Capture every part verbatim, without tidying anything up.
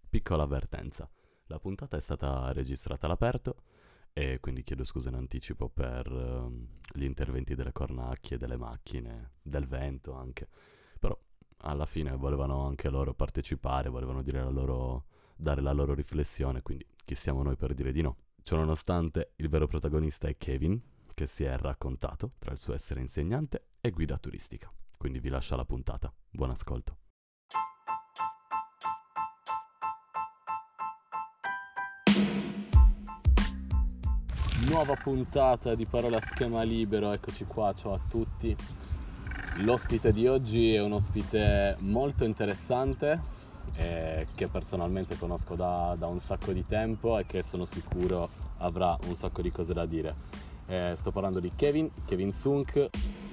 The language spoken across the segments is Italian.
Piccola avvertenza, la puntata è stata registrata all'aperto e quindi chiedo scusa in anticipo per ehm, gli interventi delle cornacchie, delle macchine, del vento anche. Però alla fine volevano anche loro partecipare, volevano dire la loro, dare la loro riflessione, quindi chi siamo noi per dire di no? Ciononostante, il vero protagonista è Kevin, che si è raccontato tra il suo essere insegnante e guida turistica. Quindi vi lascio alla puntata. Buon ascolto. Nuova puntata di Parola a Schema Libero, eccoci qua, ciao a tutti. L'ospite di oggi è un ospite molto interessante eh, che personalmente conosco da, da un sacco di tempo e che sono sicuro avrà un sacco di cose da dire. Eh, sto parlando di Kevin, Kevin Sunk.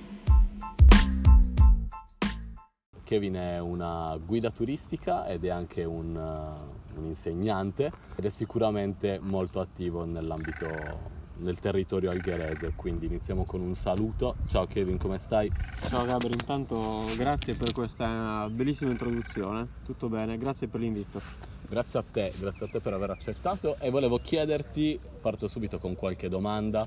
Kevin è una guida turistica ed è anche un, uh, un insegnante ed è sicuramente molto attivo nell'ambito, nel territorio algherese, quindi iniziamo con un saluto. Ciao Kevin, come stai? Ciao Gabriele, intanto grazie per questa bellissima introduzione, tutto bene, grazie per l'invito. Grazie a te, grazie a te per aver accettato e volevo chiederti, parto subito con qualche domanda.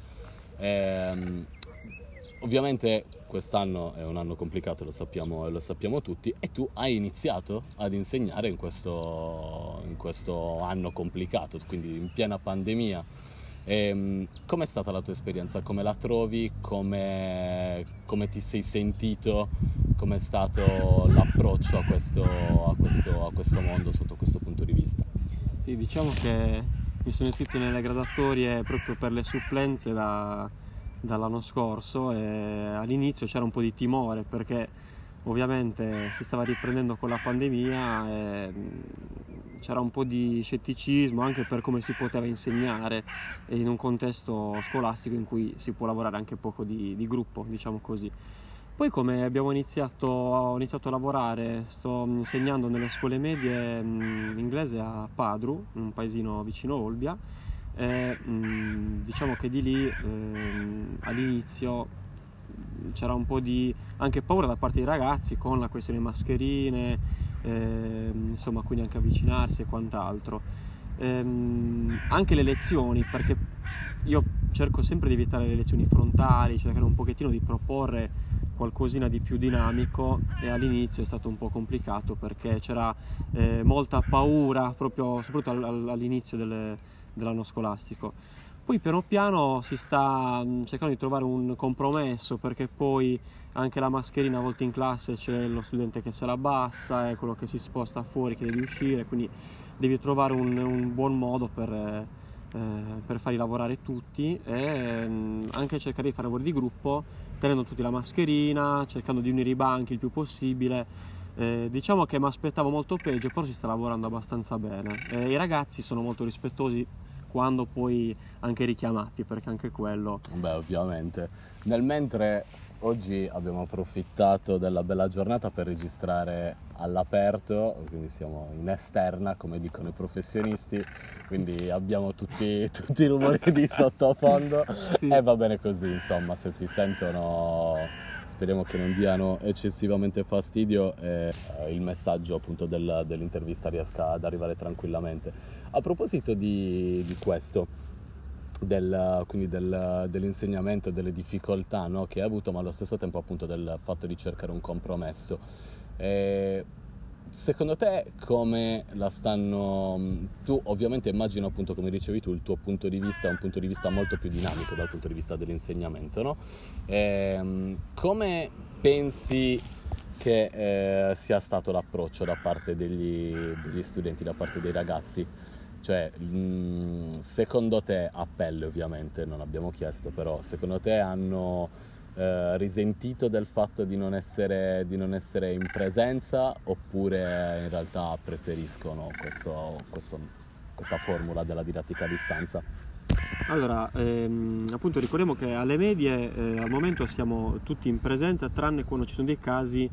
Ehm, ovviamente quest'anno è un anno complicato, lo sappiamo, lo sappiamo tutti, e tu hai iniziato ad insegnare in questo, in questo anno complicato, quindi in piena pandemia. Ehm, com'è stata la tua esperienza? Come la trovi? Come, come ti sei sentito? Com'è stato l'approccio a questo, a, questo, a questo mondo sotto questo punto di vista? Sì, diciamo che mi sono iscritto nelle graduatorie proprio per le supplenze da, dall'anno scorso e all'inizio c'era un po' di timore perché ovviamente si stava riprendendo con la pandemia e c'era un po' di scetticismo anche per come si poteva insegnare in un contesto scolastico in cui si può lavorare anche poco di, di gruppo, diciamo così. Poi come abbiamo iniziato, ho iniziato a lavorare, sto insegnando nelle scuole medie mh, inglese a Padru, un paesino vicino Olbia, e mh, diciamo che di lì ehm, all'inizio c'era un po' di anche paura da parte dei ragazzi con la questione mascherine, ehm, insomma, quindi anche avvicinarsi e quant'altro. Ehm, anche le lezioni, perché io cerco sempre di evitare le lezioni frontali, cercare un pochettino di proporre qualcosina di più dinamico, e all'inizio è stato un po' complicato perché c'era eh, molta paura proprio soprattutto all'inizio delle, dell'anno scolastico. Poi piano piano si sta cercando di trovare un compromesso, perché poi anche la mascherina a volte in classe c'è lo studente che se la abbassa, è quello che si sposta fuori che deve uscire, quindi devi trovare un, un buon modo per, eh, per farli lavorare tutti e eh, anche cercare di fare lavori di gruppo tenendo tutti la mascherina, cercando di unire i banchi il più possibile. Eh, diciamo che mi aspettavo molto peggio, però si sta lavorando abbastanza bene. Eh, I ragazzi sono molto rispettosi quando poi anche richiamati, perché anche quello... Beh, ovviamente. Nel mentre oggi abbiamo approfittato della bella giornata per registrare all'aperto, quindi siamo in esterna, come dicono i professionisti, quindi abbiamo tutti, tutti i rumori di sottofondo Sì. E va bene così, insomma, se si sentono... Speriamo che non diano eccessivamente fastidio e eh, il messaggio appunto del, dell'intervista riesca ad arrivare tranquillamente. A proposito di, di questo, del, quindi del, dell'insegnamento e delle difficoltà, no, che hai avuto, ma allo stesso tempo appunto del fatto di cercare un compromesso. E, secondo te come la stanno... Tu ovviamente immagino appunto, come dicevi tu, il tuo punto di vista è un punto di vista molto più dinamico dal punto di vista dell'insegnamento, no? E, come pensi che eh, sia stato l'approccio da parte degli, degli studenti, da parte dei ragazzi? Cioè, mh, secondo te, a pelle ovviamente, non abbiamo chiesto, però secondo te hanno... Eh, risentito del fatto di non essere, di non essere in presenza, oppure in realtà preferiscono questo, questo, questa formula della didattica a distanza? Allora, ehm, appunto ricordiamo che alle medie eh, al momento siamo tutti in presenza, tranne quando ci sono dei casi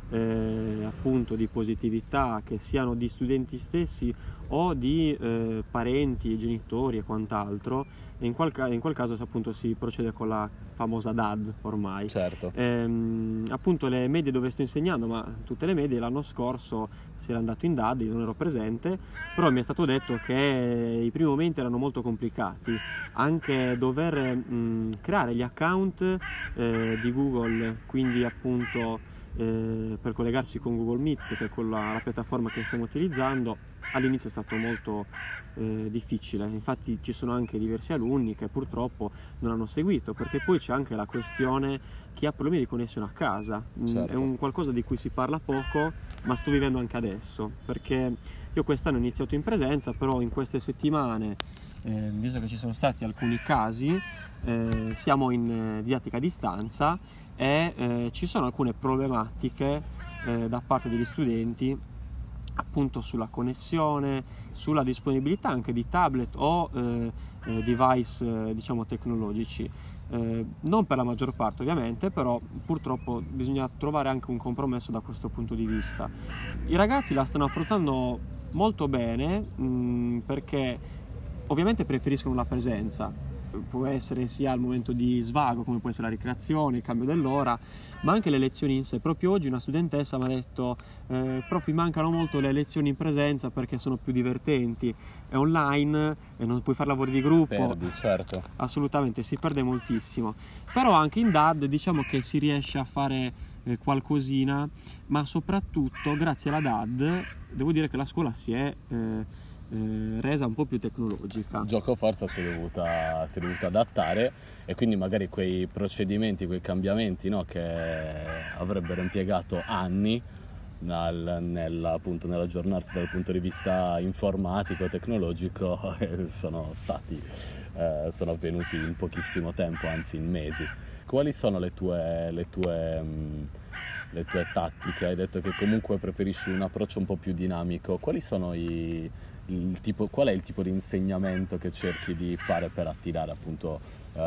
eh, appunto di positività, che siano di studenti stessi o di eh, parenti, genitori e quant'altro, e in quel, in quel caso appunto si procede con la famosa D A D ormai. Certo. Ehm, appunto le medie dove sto insegnando, ma tutte le medie, l'anno scorso si era andato in D A D, io non ero presente, però mi è stato detto che i primi momenti erano molto complicati, anche dover mh, creare gli account eh, di Google, quindi appunto eh, per collegarsi con Google Meet, che è quella, la piattaforma che stiamo utilizzando. All'inizio è stato molto eh, difficile, infatti ci sono anche diversi alunni che purtroppo non hanno seguito, perché poi c'è anche la questione chi ha problemi di connessione a casa. Certo. È un qualcosa di cui si parla poco, ma sto vivendo anche adesso, perché io quest'anno ho iniziato in presenza, però in queste settimane, eh, visto che ci sono stati alcuni casi, eh, siamo in eh, didattica a distanza e eh, ci sono alcune problematiche eh, da parte degli studenti, appunto sulla connessione, sulla disponibilità anche di tablet o eh, eh, device eh, diciamo tecnologici. Eh, non per la maggior parte ovviamente, però purtroppo bisogna trovare anche un compromesso da questo punto di vista. I ragazzi la stanno affrontando molto bene, mh, perché ovviamente preferiscono la presenza. Può essere sia al momento di svago, come può essere la ricreazione, il cambio dell'ora, ma anche le lezioni in sé. Proprio oggi una studentessa mi ha detto eh, prof, mi mancano molto le lezioni in presenza perché sono più divertenti, è online e non puoi fare lavori di gruppo. Perdi, certo. Assolutamente, si perde moltissimo, però anche in D A D diciamo che si riesce a fare eh, qualcosina, ma soprattutto grazie alla D A D devo dire che la scuola si è eh, Eh, resa un po' più tecnologica. Gioco forza si è dovuta, si è dovuta adattare, e quindi magari quei procedimenti, quei cambiamenti, no, che avrebbero impiegato anni nel, nel, appunto, nell'aggiornarsi dal punto di vista informatico, tecnologico, eh, sono stati eh, sono avvenuti in pochissimo tempo, anzi in mesi. Quali sono le tue, le tue mh, le tue tattiche? Hai detto che comunque preferisci un approccio un po' più dinamico. Quali sono i Il tipo, qual è il tipo di insegnamento che cerchi di fare per attirare appunto uh,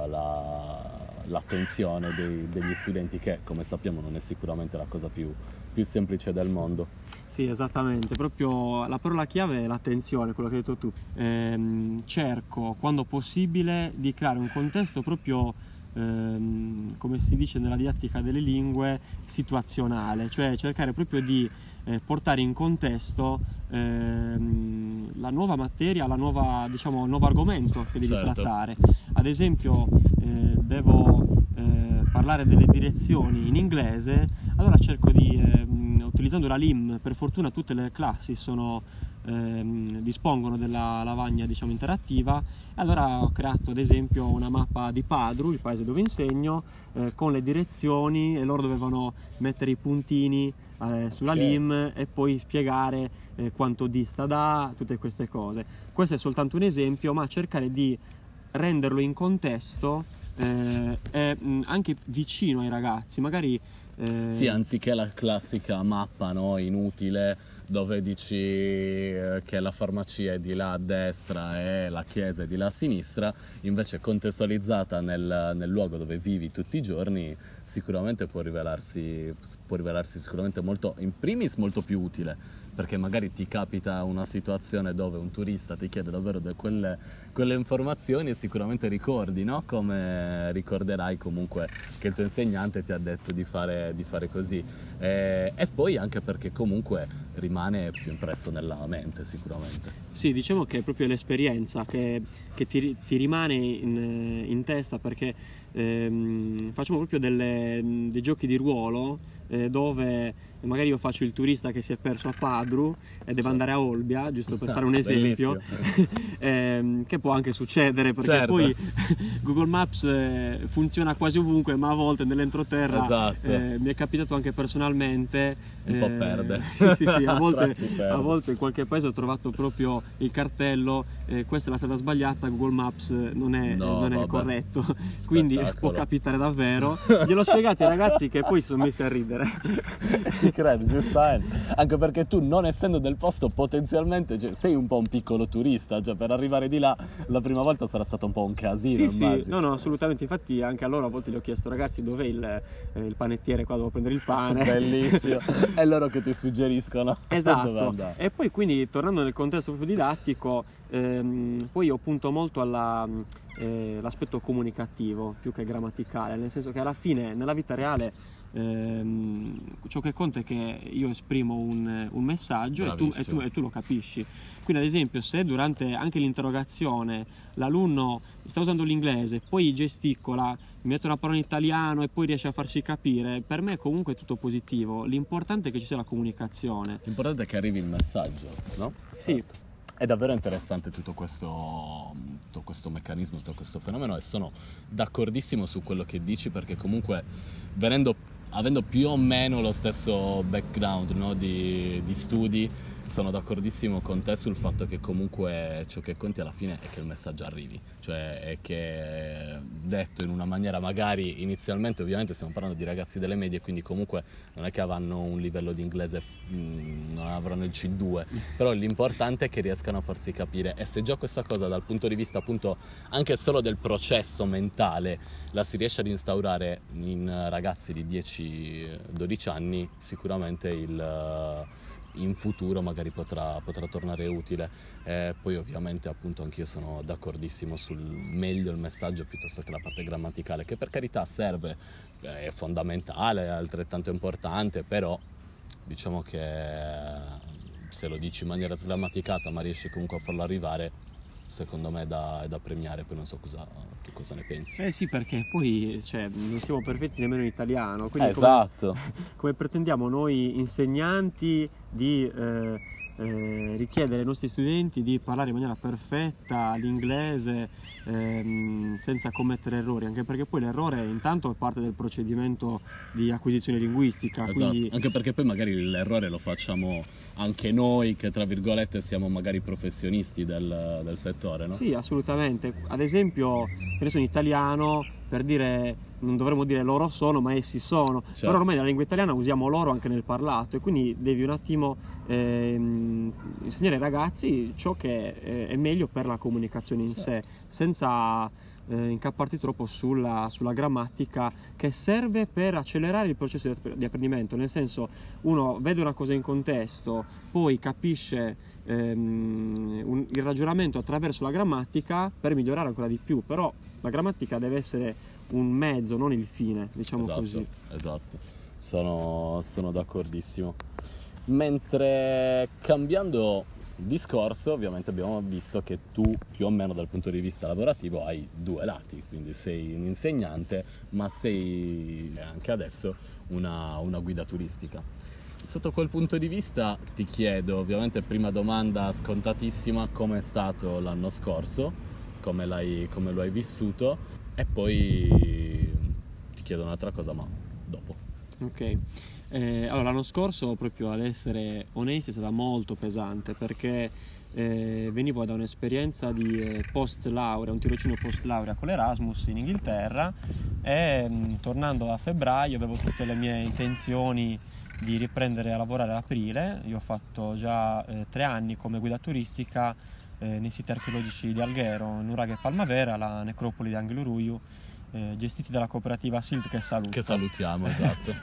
la, l'attenzione dei, degli studenti, che come sappiamo non è sicuramente la cosa più, più semplice del mondo? Sì, esattamente, proprio la parola chiave è l'attenzione, quello che hai detto tu. Ehm, cerco quando possibile di creare un contesto proprio, ehm, come si dice nella didattica delle lingue, situazionale, cioè cercare proprio di eh, portare in contesto ehm, la nuova materia, la nuova, diciamo, il nuovo argomento che devi certo. trattare. Ad esempio eh, devo eh, parlare delle direzioni in inglese, allora cerco di, eh, utilizzando la L I M, per fortuna tutte le classi sono, ehm, dispongono della lavagna, diciamo, interattiva, e allora ho creato ad esempio una mappa di Padru, il paese dove insegno, eh, con le direzioni, e loro dovevano mettere i puntini eh, sulla Okay. L I M e poi spiegare eh, quanto dista da, tutte queste cose. Questo è soltanto un esempio, ma cercare di renderlo in contesto eh, e mh, anche vicino ai ragazzi, magari eh... Sì, anziché la classica mappa, no, inutile, dove dici eh, che la farmacia è di là a destra e la chiesa è di là a sinistra, invece contestualizzata nel, nel luogo dove vivi tutti i giorni, sicuramente può rivelarsi, può rivelarsi sicuramente molto, in primis molto più utile, perché magari ti capita una situazione dove un turista ti chiede davvero de quelle, quelle informazioni, e sicuramente ricordi, no? Come ricorderai comunque che il tuo insegnante ti ha detto di fare, di fare così, e, e poi anche perché comunque rimane più impresso nella mente sicuramente. Sì, diciamo che è proprio l'esperienza che, che ti, ti rimane in, in testa, perché ehm, facciamo proprio delle, dei giochi di ruolo eh, dove magari io faccio il turista che si è perso a Padru e deve certo. andare a Olbia, giusto per fare un esempio, ehm, che può anche succedere, perché certo. poi Google Maps eh, funziona quasi ovunque, ma a volte nell'entroterra esatto. eh, mi è capitato anche personalmente un eh, po' perde. sì sì sì, a volte, perde. a volte in qualche paese ho trovato proprio il cartello eh, questa è la strada sbagliata, Google Maps non è, no, non è vabbè. corretto, quindi Spettacolo. può capitare davvero. Gliel'ho spiegato ai ragazzi che poi si sono messi a ridere. credere. Ti credo, giustamente. Anche perché tu, non essendo del posto, potenzialmente, cioè, sei un po' un piccolo turista, cioè per arrivare di là la prima volta sarà stato un po' un casino. Sì, immagino. sì, no, no, assolutamente. Infatti anche a loro a volte gli ho chiesto: ragazzi, dov'è il, eh, il panettiere qua, devo prendere il pane. Bellissimo. È loro che ti suggeriscono dove Esatto. andare. E poi, quindi, tornando nel contesto proprio didattico, ehm, poi io punto molto alla, eh, l'aspetto comunicativo più che grammaticale, nel senso che alla fine nella vita reale ehm, ciò che conta è che io esprimo un, un messaggio e tu, e, tu, e tu lo capisci. Quindi ad esempio, se durante anche l'interrogazione l'alunno sta usando l'inglese, poi gesticola, mi mette una parola in italiano e poi riesce a farsi capire, per me comunque è tutto positivo. L'importante è che ci sia la comunicazione. L'importante è che arrivi il messaggio, no? Sì. Certo. È davvero interessante tutto questo, tutto questo meccanismo, tutto questo fenomeno, e sono d'accordissimo su quello che dici, perché comunque venendo, avendo più o meno lo stesso background, no, di, di studi, sono d'accordissimo con te sul fatto che comunque ciò che conti alla fine è che il messaggio arrivi, cioè è che, detto in una maniera magari inizialmente, ovviamente stiamo parlando di ragazzi delle medie, quindi comunque non è che avranno un livello di inglese, non avranno il C due, però l'importante è che riescano a farsi capire, e se già questa cosa dal punto di vista appunto anche solo del processo mentale la si riesce ad instaurare in ragazzi di dieci dodici anni, sicuramente il in futuro magari potrà, potrà tornare utile. Eh, poi ovviamente appunto anch'io sono d'accordissimo sul meglio il messaggio piuttosto che la parte grammaticale, che per carità serve, è fondamentale, è altrettanto importante, però diciamo che se lo dici in maniera sgrammaticata ma riesci comunque a farlo arrivare, secondo me è da, è da premiare. Poi non so cosa, tu cosa ne pensi. Eh sì, perché poi cioè, non siamo perfetti nemmeno in italiano, quindi eh, come, esatto. come pretendiamo noi insegnanti di eh, eh, richiedere ai nostri studenti di parlare in maniera perfetta l'inglese ehm, senza commettere errori, anche perché poi l'errore intanto è parte del procedimento di acquisizione linguistica. Esatto. Quindi... anche perché poi magari l'errore lo facciamo anche noi che tra virgolette siamo magari professionisti del, del settore, no? Sì, assolutamente. Ad esempio, adesso in italiano, per dire, non dovremmo dire loro sono, ma essi sono. Certo. Però ormai nella lingua italiana usiamo loro anche nel parlato, e quindi devi un attimo ehm, insegnare ai ragazzi ciò che eh, è meglio per la comunicazione in sé, senza eh, incapparti troppo sulla, sulla grammatica, che serve per accelerare il processo di, di apprendimento. Nel senso, uno vede una cosa in contesto, poi capisce ehm, un, il ragionamento attraverso la grammatica per migliorare ancora di più, però la grammatica deve essere un mezzo, non il fine, diciamo. Esatto, così. Esatto, sono, sono d'accordissimo. Mentre cambiando discorso, ovviamente abbiamo visto che tu più o meno dal punto di vista lavorativo hai due lati, quindi sei un insegnante ma sei anche adesso una, una guida turistica. Sotto quel punto di vista ti chiedo, ovviamente prima domanda scontatissima, come è stato l'anno scorso, come, l'hai, come lo hai vissuto, e poi ti chiedo un'altra cosa ma dopo. Ok. Eh, allora, l'anno scorso, proprio ad essere onesti, è stata molto pesante, perché eh, venivo da un'esperienza di eh, post laurea, un tirocinio post laurea con l'Erasmus in Inghilterra, e mh, tornando a febbraio avevo tutte le mie intenzioni di riprendere a lavorare ad aprile. Io ho fatto già eh, tre anni come guida turistica eh, nei siti archeologici di Alghero, Nuraghe e Palmavera, la necropoli di Angheluruiu, Eh, gestiti dalla cooperativa Silt, che saluto. Che salutiamo, esatto.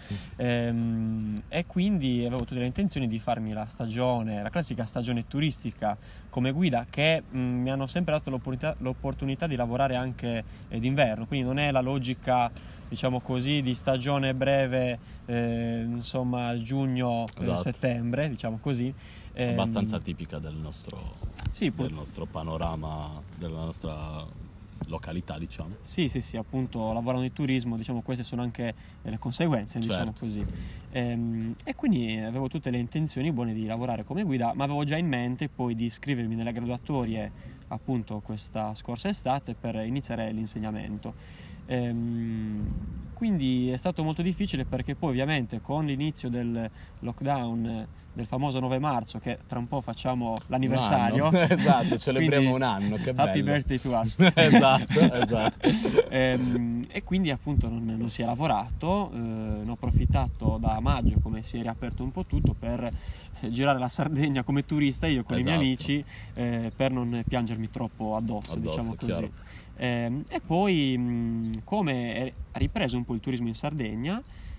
ehm, e quindi avevo tutte le intenzioni di farmi la stagione, la classica stagione turistica come guida, che mh, mi hanno sempre dato l'opportunità, l'opportunità di lavorare anche eh, d'inverno, quindi non è la logica, diciamo così, di stagione breve, eh, insomma giugno, Esatto. eh, settembre, diciamo così. Ehm, Abbastanza tipica del nostro, sì, del nostro panorama, della nostra località, diciamo. Sì, sì, sì, appunto, lavorando di turismo, diciamo, queste sono anche le conseguenze, diciamo Certo. così. Ehm, e quindi avevo tutte le intenzioni buone di lavorare come guida, ma avevo già in mente poi di iscrivermi nelle graduatorie, appunto, questa scorsa estate per iniziare l'insegnamento. Ehm, quindi è stato molto difficile, perché poi ovviamente con l'inizio del lockdown del famoso nove marzo, che tra un po' facciamo l'anniversario, un esatto, celebriamo quindi un anno, che happy bello. birthday to us. esatto, esatto. ehm, e quindi appunto non, non si è lavorato, eh, ne ho approfittato da maggio, come si è riaperto un po' tutto, per girare la Sardegna come turista io con Esatto. i miei amici, eh, per non piangermi troppo addosso, Addosso, diciamo così. chiaro. Eh, e poi mh, come è ripreso un po' il turismo in Sardegna,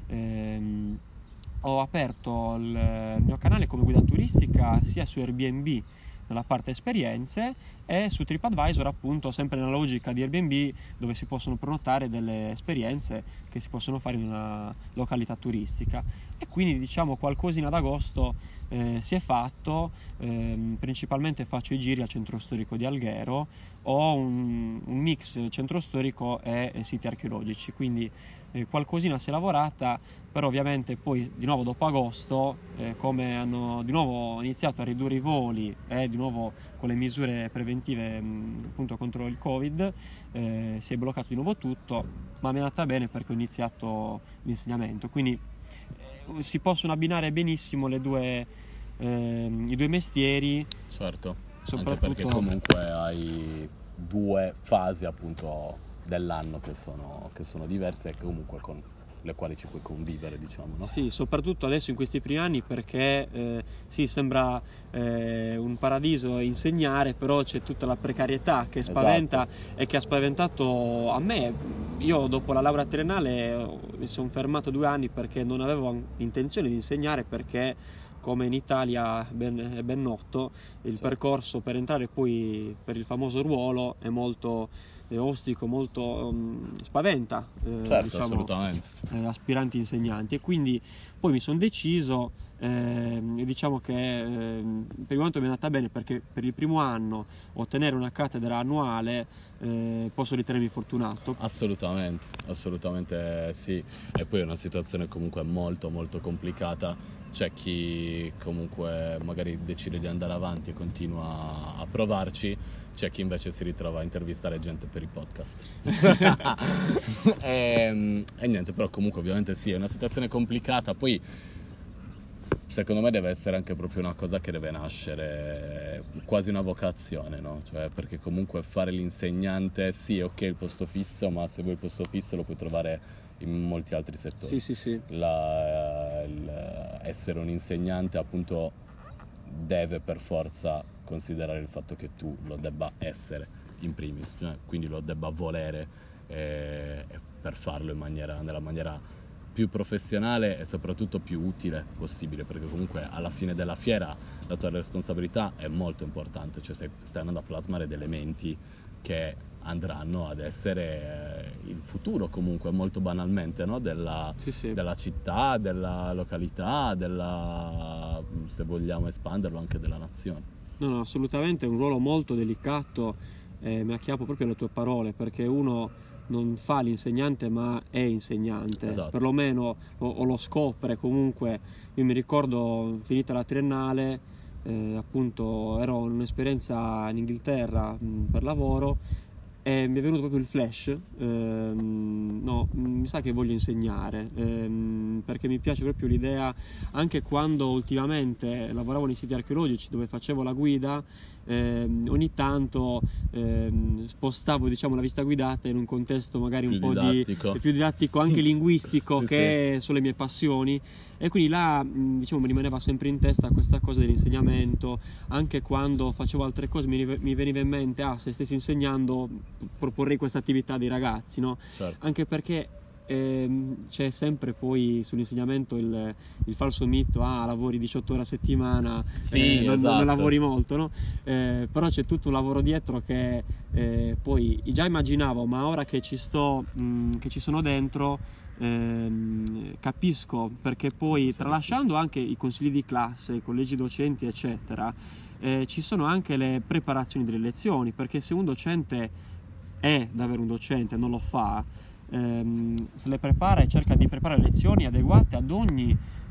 ehm, ho aperto il, il mio canale come guida turistica sia su Airbnb nella parte esperienze e su TripAdvisor, appunto sempre nella logica di Airbnb, dove si possono prenotare delle esperienze che si possono fare in una località turistica. E quindi diciamo qualcosina ad agosto eh, si è fatto, ehm, principalmente faccio i giri al centro storico di Alghero, ho un, un mix centro storico e, e siti archeologici, quindi eh, qualcosina si è lavorata, però ovviamente poi di nuovo dopo agosto, eh, come hanno di nuovo iniziato a ridurre i voli e di nuovo con le misure preventive mh, appunto contro il Covid, eh, si è bloccato di nuovo tutto, ma mi è andata bene perché ho iniziato l'insegnamento, quindi eh, si possono abbinare benissimo le due, eh, i due mestieri. Certo, soprattutto anche perché comunque hai due fasi appunto dell'anno che sono, che sono diverse e comunque con le quali ci puoi convivere, diciamo, no? Sì, soprattutto adesso in questi primi anni, perché eh, sì, sembra eh, un paradiso insegnare, però c'è tutta la precarietà che spaventa, esatto. E che ha spaventato a me. Io dopo la laurea triennale mi sono fermato due anni perché non avevo intenzione di insegnare, perché come in Italia ben, è ben noto, il certo. percorso per entrare poi per il famoso ruolo è molto eh, ostico, molto um, spaventa eh, certo, diciamo, assolutamente. Eh, aspiranti insegnanti, e quindi poi mi sono deciso eh, e diciamo che eh, per il momento mi è andata bene, perché per il primo anno ottenere una cattedra annuale eh, posso ritenermi fortunato. Assolutamente, assolutamente sì, e poi è una situazione comunque molto molto complicata. C'è chi comunque magari decide di andare avanti e continua a provarci, c'è chi invece si ritrova a intervistare gente per i podcast. e, e niente, però comunque ovviamente sì, è una situazione complicata. Poi secondo me deve essere anche proprio una cosa che deve nascere quasi una vocazione, no? Cioè, perché comunque fare l'insegnante, sì, ok, il posto fisso, ma se vuoi il posto fisso lo puoi trovare in molti altri settori. Sì, sì, sì. La, il, essere un insegnante appunto deve per forza considerare il fatto che tu lo debba essere in primis, cioè, quindi lo debba volere, e, e per farlo in maniera, nella maniera più professionale e soprattutto più utile possibile, perché comunque alla fine della fiera la tua responsabilità è molto importante, cioè stai, stai andando a plasmare dei elementi che andranno ad essere il futuro comunque molto banalmente, no? della, sì, sì. della città, della località, della, se vogliamo espanderlo, anche della nazione. No, no, assolutamente è un ruolo molto delicato, eh, mi acchiappo proprio alle tue parole, perché uno non fa l'insegnante ma è insegnante, esatto. perlomeno o, o lo scopre comunque. Io mi ricordo, finita la triennale, eh, appunto ero in un'esperienza in Inghilterra mh, per lavoro, e mi è venuto proprio il flash, ehm, no, mi sa che voglio insegnare, ehm, perché mi piace proprio l'idea, anche quando ultimamente lavoravo nei siti archeologici dove facevo la guida, ehm, ogni tanto ehm, spostavo diciamo la visita guidata in un contesto magari più un po' didattico. di più didattico, anche linguistico, sì, che sì. sono le mie passioni. E quindi là diciamo mi rimaneva sempre in testa questa cosa dell'insegnamento. Anche quando facevo altre cose mi, mi veniva in mente, ah, se stessi insegnando proporrei questa attività dei ragazzi, no? Certo. Anche perché ehm, c'è sempre poi sull'insegnamento il, il falso mito, ah, lavori diciotto ore a settimana, sì, eh, non, esatto. non lavori molto, no? Eh, però c'è tutto un lavoro dietro che eh, poi già immaginavo, ma ora che ci sto, mh, che ci sono dentro, Ehm, capisco, perché poi tralasciando anche i consigli di classe, i collegi docenti eccetera, eh, ci sono anche le preparazioni delle lezioni, perché se un docente è davvero un docente, non lo fa, ehm, se le prepara e cerca di preparare lezioni adeguate ad ogni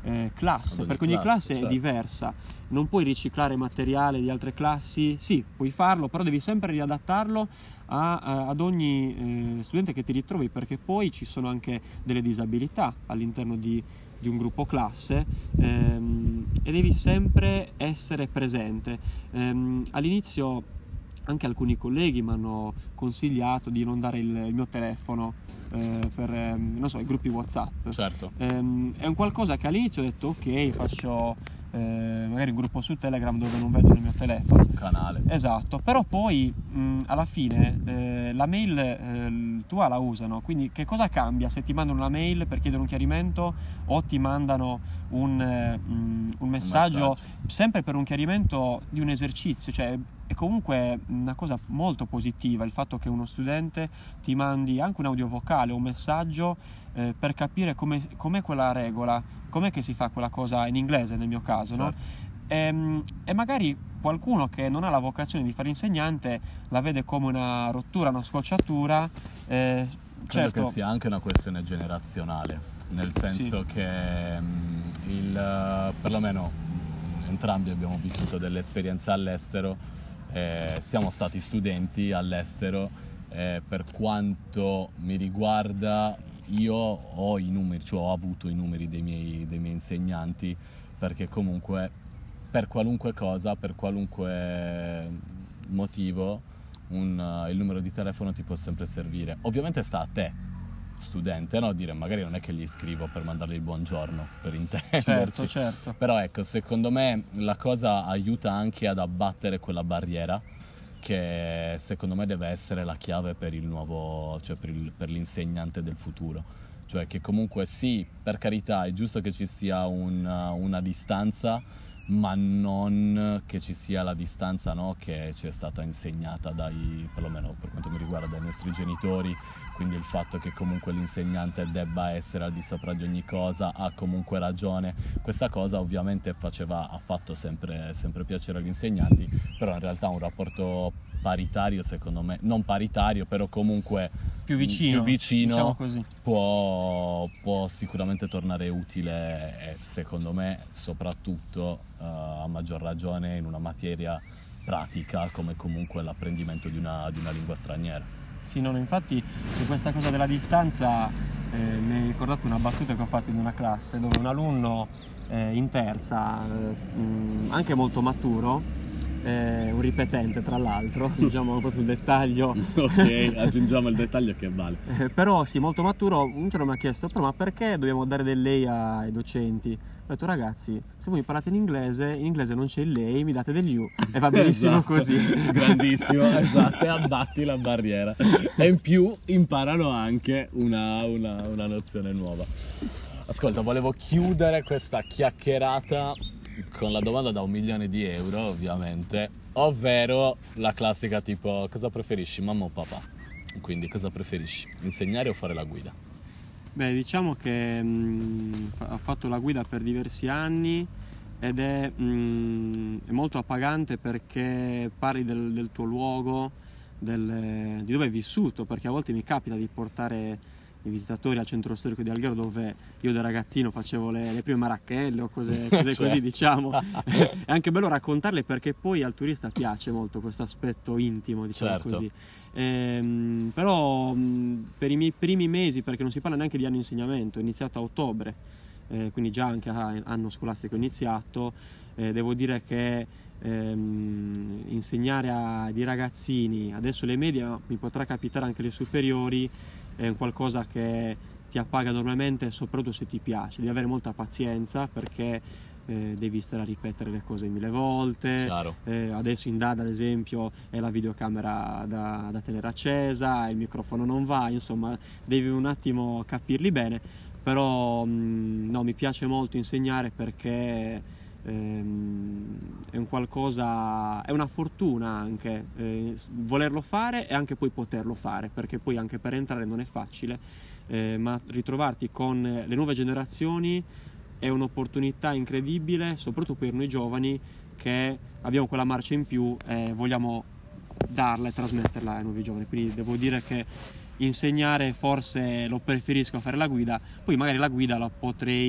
eh, classe, Ad ogni perché ogni classe, classe certo. è diversa. Non puoi riciclare materiale di altre classi, sì, puoi farlo, però devi sempre riadattarlo a, a, ad ogni eh, studente che ti ritrovi, perché poi ci sono anche delle disabilità all'interno di, di un gruppo classe, ehm, e devi sempre essere presente. Ehm, all'inizio anche alcuni colleghi mi hanno consigliato di non dare il, il mio telefono eh, per ehm, non so, i gruppi WhatsApp. Certo. Ehm, è un qualcosa che all'inizio ho detto ok, faccio eh, magari un gruppo su Telegram dove non vedo il mio telefono. Un canale. Esatto, però poi mh, alla fine eh, la mail eh, tua la usano, quindi che cosa cambia se ti mandano una mail per chiedere un chiarimento o ti mandano un, eh, mh, un, messaggio, un messaggio sempre per un chiarimento di un esercizio? Cioè è comunque una cosa molto positiva il fatto che uno studente ti mandi anche un audio vocale o un messaggio eh, per capire come, com'è quella regola, com'è che si fa quella cosa in inglese nel mio caso, no? E, e magari qualcuno che non ha la vocazione di fare insegnante la vede come una rottura, una scocciatura. Eh, Credo certo, che sia anche una questione generazionale, nel senso sì. che mh, il, perlomeno entrambi abbiamo vissuto delle esperienze all'estero, eh, siamo stati studenti all'estero, eh, per quanto mi riguarda io ho i numeri, cioè ho avuto i numeri dei miei, dei miei insegnanti, perché comunque per qualunque cosa, per qualunque motivo, un, uh, il numero di telefono ti può sempre servire. Ovviamente sta a te, studente, no? Dire magari non è che gli scrivo per mandargli il buongiorno, per intenderci. Certo, certo. Però ecco, secondo me la cosa aiuta anche ad abbattere quella barriera che secondo me deve essere la chiave per il nuovo, cioè per, il, per l'insegnante del futuro. Cioè che comunque sì, per carità, è giusto che ci sia un, una distanza, ma non che ci sia la distanza, no, che ci è stata insegnata dai, perlomeno per quanto mi riguarda, dai nostri genitori, quindi il fatto che comunque l'insegnante debba essere al di sopra di ogni cosa, ha comunque ragione. Questa cosa ovviamente faceva, ha fatto sempre, sempre piacere agli insegnanti, però in realtà un rapporto paritario, secondo me, non paritario, però comunque più vicino, più vicino diciamo così. Può, può sicuramente tornare utile, e secondo me soprattutto uh, a maggior ragione in una materia pratica come comunque l'apprendimento di una, di una lingua straniera. Sì, no, infatti su questa cosa della distanza eh, mi hai ricordato una battuta che ho fatto in una classe dove un alunno eh, in terza, eh, mh, anche molto maturo, eh, un ripetente tra l'altro, diciamo proprio il dettaglio. Ok, aggiungiamo il dettaglio che vale. Eh, però sì, molto maturo, un giorno mi ha chiesto, però ma perché dobbiamo dare del lei ai docenti? Ho detto ragazzi, se voi parlate in inglese, in inglese non c'è il lei, mi date degli you e va benissimo Esatto. così. Grandissimo, esatto, e abbatti la barriera. E in più imparano anche una, una, una nozione nuova. Ascolta, volevo chiudere questa chiacchierata con la domanda da un milione di euro, ovviamente, ovvero la classica tipo cosa preferisci, mamma o papà? Quindi cosa preferisci, insegnare o fare la guida? Beh, diciamo che mh, ho fatto la guida per diversi anni ed è, mh, è molto appagante perché parli del, del tuo luogo, del, di dove hai vissuto, perché a volte mi capita di portare i visitatori al centro storico di Alghero, dove io da ragazzino facevo le, le prime marachelle o cose, cose Cioè. così, diciamo. È anche bello raccontarle perché poi al turista piace molto questo aspetto intimo, diciamo Certo. così. Ehm, però mh, per i miei primi mesi, perché non si parla neanche di anno insegnamento, è iniziato a ottobre, eh, quindi già anche a anno scolastico iniziato, eh, devo dire che ehm, insegnare a dei ragazzini, adesso le medie, mi potrà capitare anche le superiori, è un qualcosa che ti appaga enormemente, soprattutto se ti piace. Devi avere molta pazienza perché eh, devi stare a ripetere le cose mille volte. Eh, adesso in D A D ad esempio è la videocamera da, da tenere accesa, il microfono non va, insomma devi un attimo capirli bene, però mh, no, mi piace molto insegnare perché ehm, è un qualcosa, è una fortuna anche eh, volerlo fare e anche poi poterlo fare, perché poi anche per entrare non è facile, eh, ma ritrovarti con le nuove generazioni è un'opportunità incredibile, soprattutto per noi giovani che abbiamo quella marcia in più e vogliamo darla e trasmetterla ai nuovi giovani. Quindi devo dire che insegnare forse lo preferisco a fare la guida, poi magari la guida la potrei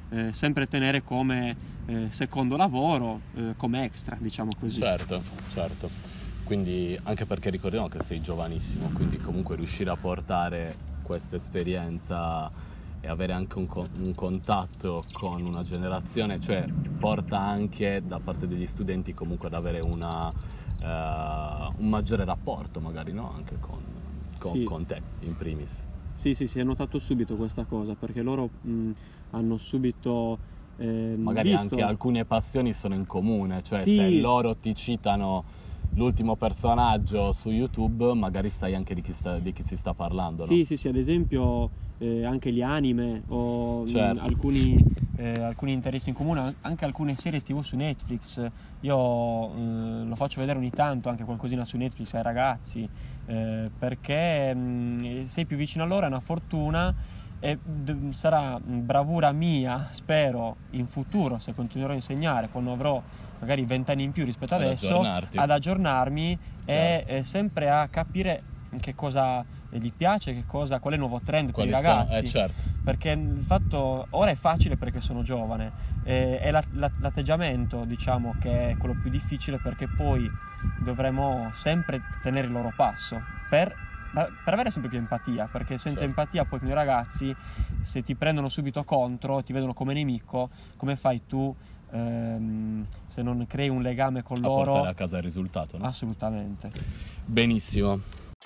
eh, sempre tenere come eh, secondo lavoro, eh, come extra, diciamo così. Certo, certo. Quindi anche perché ricordiamo che sei giovanissimo, quindi comunque riuscire a portare questa esperienza e avere anche un, co- un contatto con una generazione, cioè porta anche da parte degli studenti comunque ad avere una, uh, un maggiore rapporto magari, no? Anche con, con, Sì. con te in primis. Sì, sì, si è notato subito questa cosa, perché loro mh, hanno subito eh, Magari visto... anche alcune passioni sono in comune, cioè Sì. se loro ti citano l'ultimo personaggio su YouTube, magari sai anche di chi, sta, di chi si sta parlando, Sì, no? sì, sì, ad esempio eh, anche gli anime o Certo. mh, alcuni, eh, alcuni interessi in comune, anche alcune serie tivù su Netflix. Io eh, lo faccio vedere ogni tanto, anche qualcosina su Netflix ai ragazzi, eh, perché mh, sei più vicino a loro, è una fortuna. E d- sarà bravura mia, spero, in futuro, se continuerò a insegnare, quando avrò magari vent'anni in più rispetto Ad adesso, aggiornarti. ad aggiornarmi e Chiaro. eh, sempre a capire che cosa gli piace, che cosa, qual è il nuovo trend Quali per i sono- ragazzi. eh, certo. Perché il fatto, ora è facile perché sono giovane, eh, è la- la- l'atteggiamento, diciamo, che è quello più difficile, perché poi dovremo sempre tenere il loro passo per Ma per avere sempre più empatia, perché senza Certo. empatia poi con i ragazzi, se ti prendono subito contro, ti vedono come nemico, come fai tu ehm, se non crei un legame con A loro? portare a casa il risultato, no? Assolutamente. Benissimo.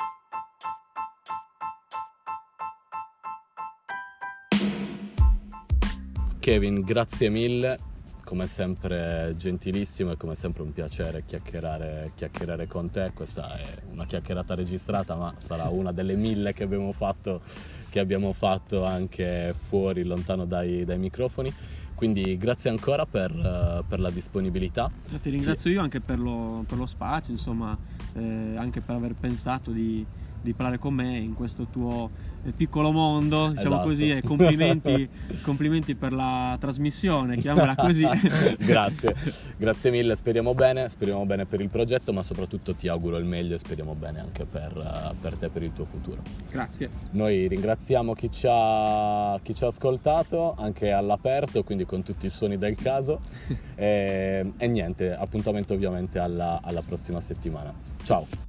Kevin, grazie mille, come sempre gentilissimo e come sempre un piacere chiacchierare, chiacchierare con te. Questa è una chiacchierata registrata, ma sarà una delle mille che abbiamo fatto, che abbiamo fatto anche fuori, lontano dai, dai microfoni. Quindi grazie ancora per, uh, per la disponibilità. Ti ringrazio io anche per lo, per lo spazio, insomma, eh, anche per aver pensato di, di parlare con me in questo tuo eh, piccolo mondo, diciamo Esatto. così, e complimenti, complimenti per la trasmissione, chiamiamola così. Grazie, grazie mille, speriamo bene, speriamo bene per il progetto, ma soprattutto ti auguro il meglio e speriamo bene anche per, uh, per te e per il tuo futuro. Grazie. Noi ringraziamo chi ci ha, chi ci ha ascoltato anche all'aperto, quindi con tutti i suoni del caso e, e niente, appuntamento ovviamente alla, alla prossima settimana. Ciao!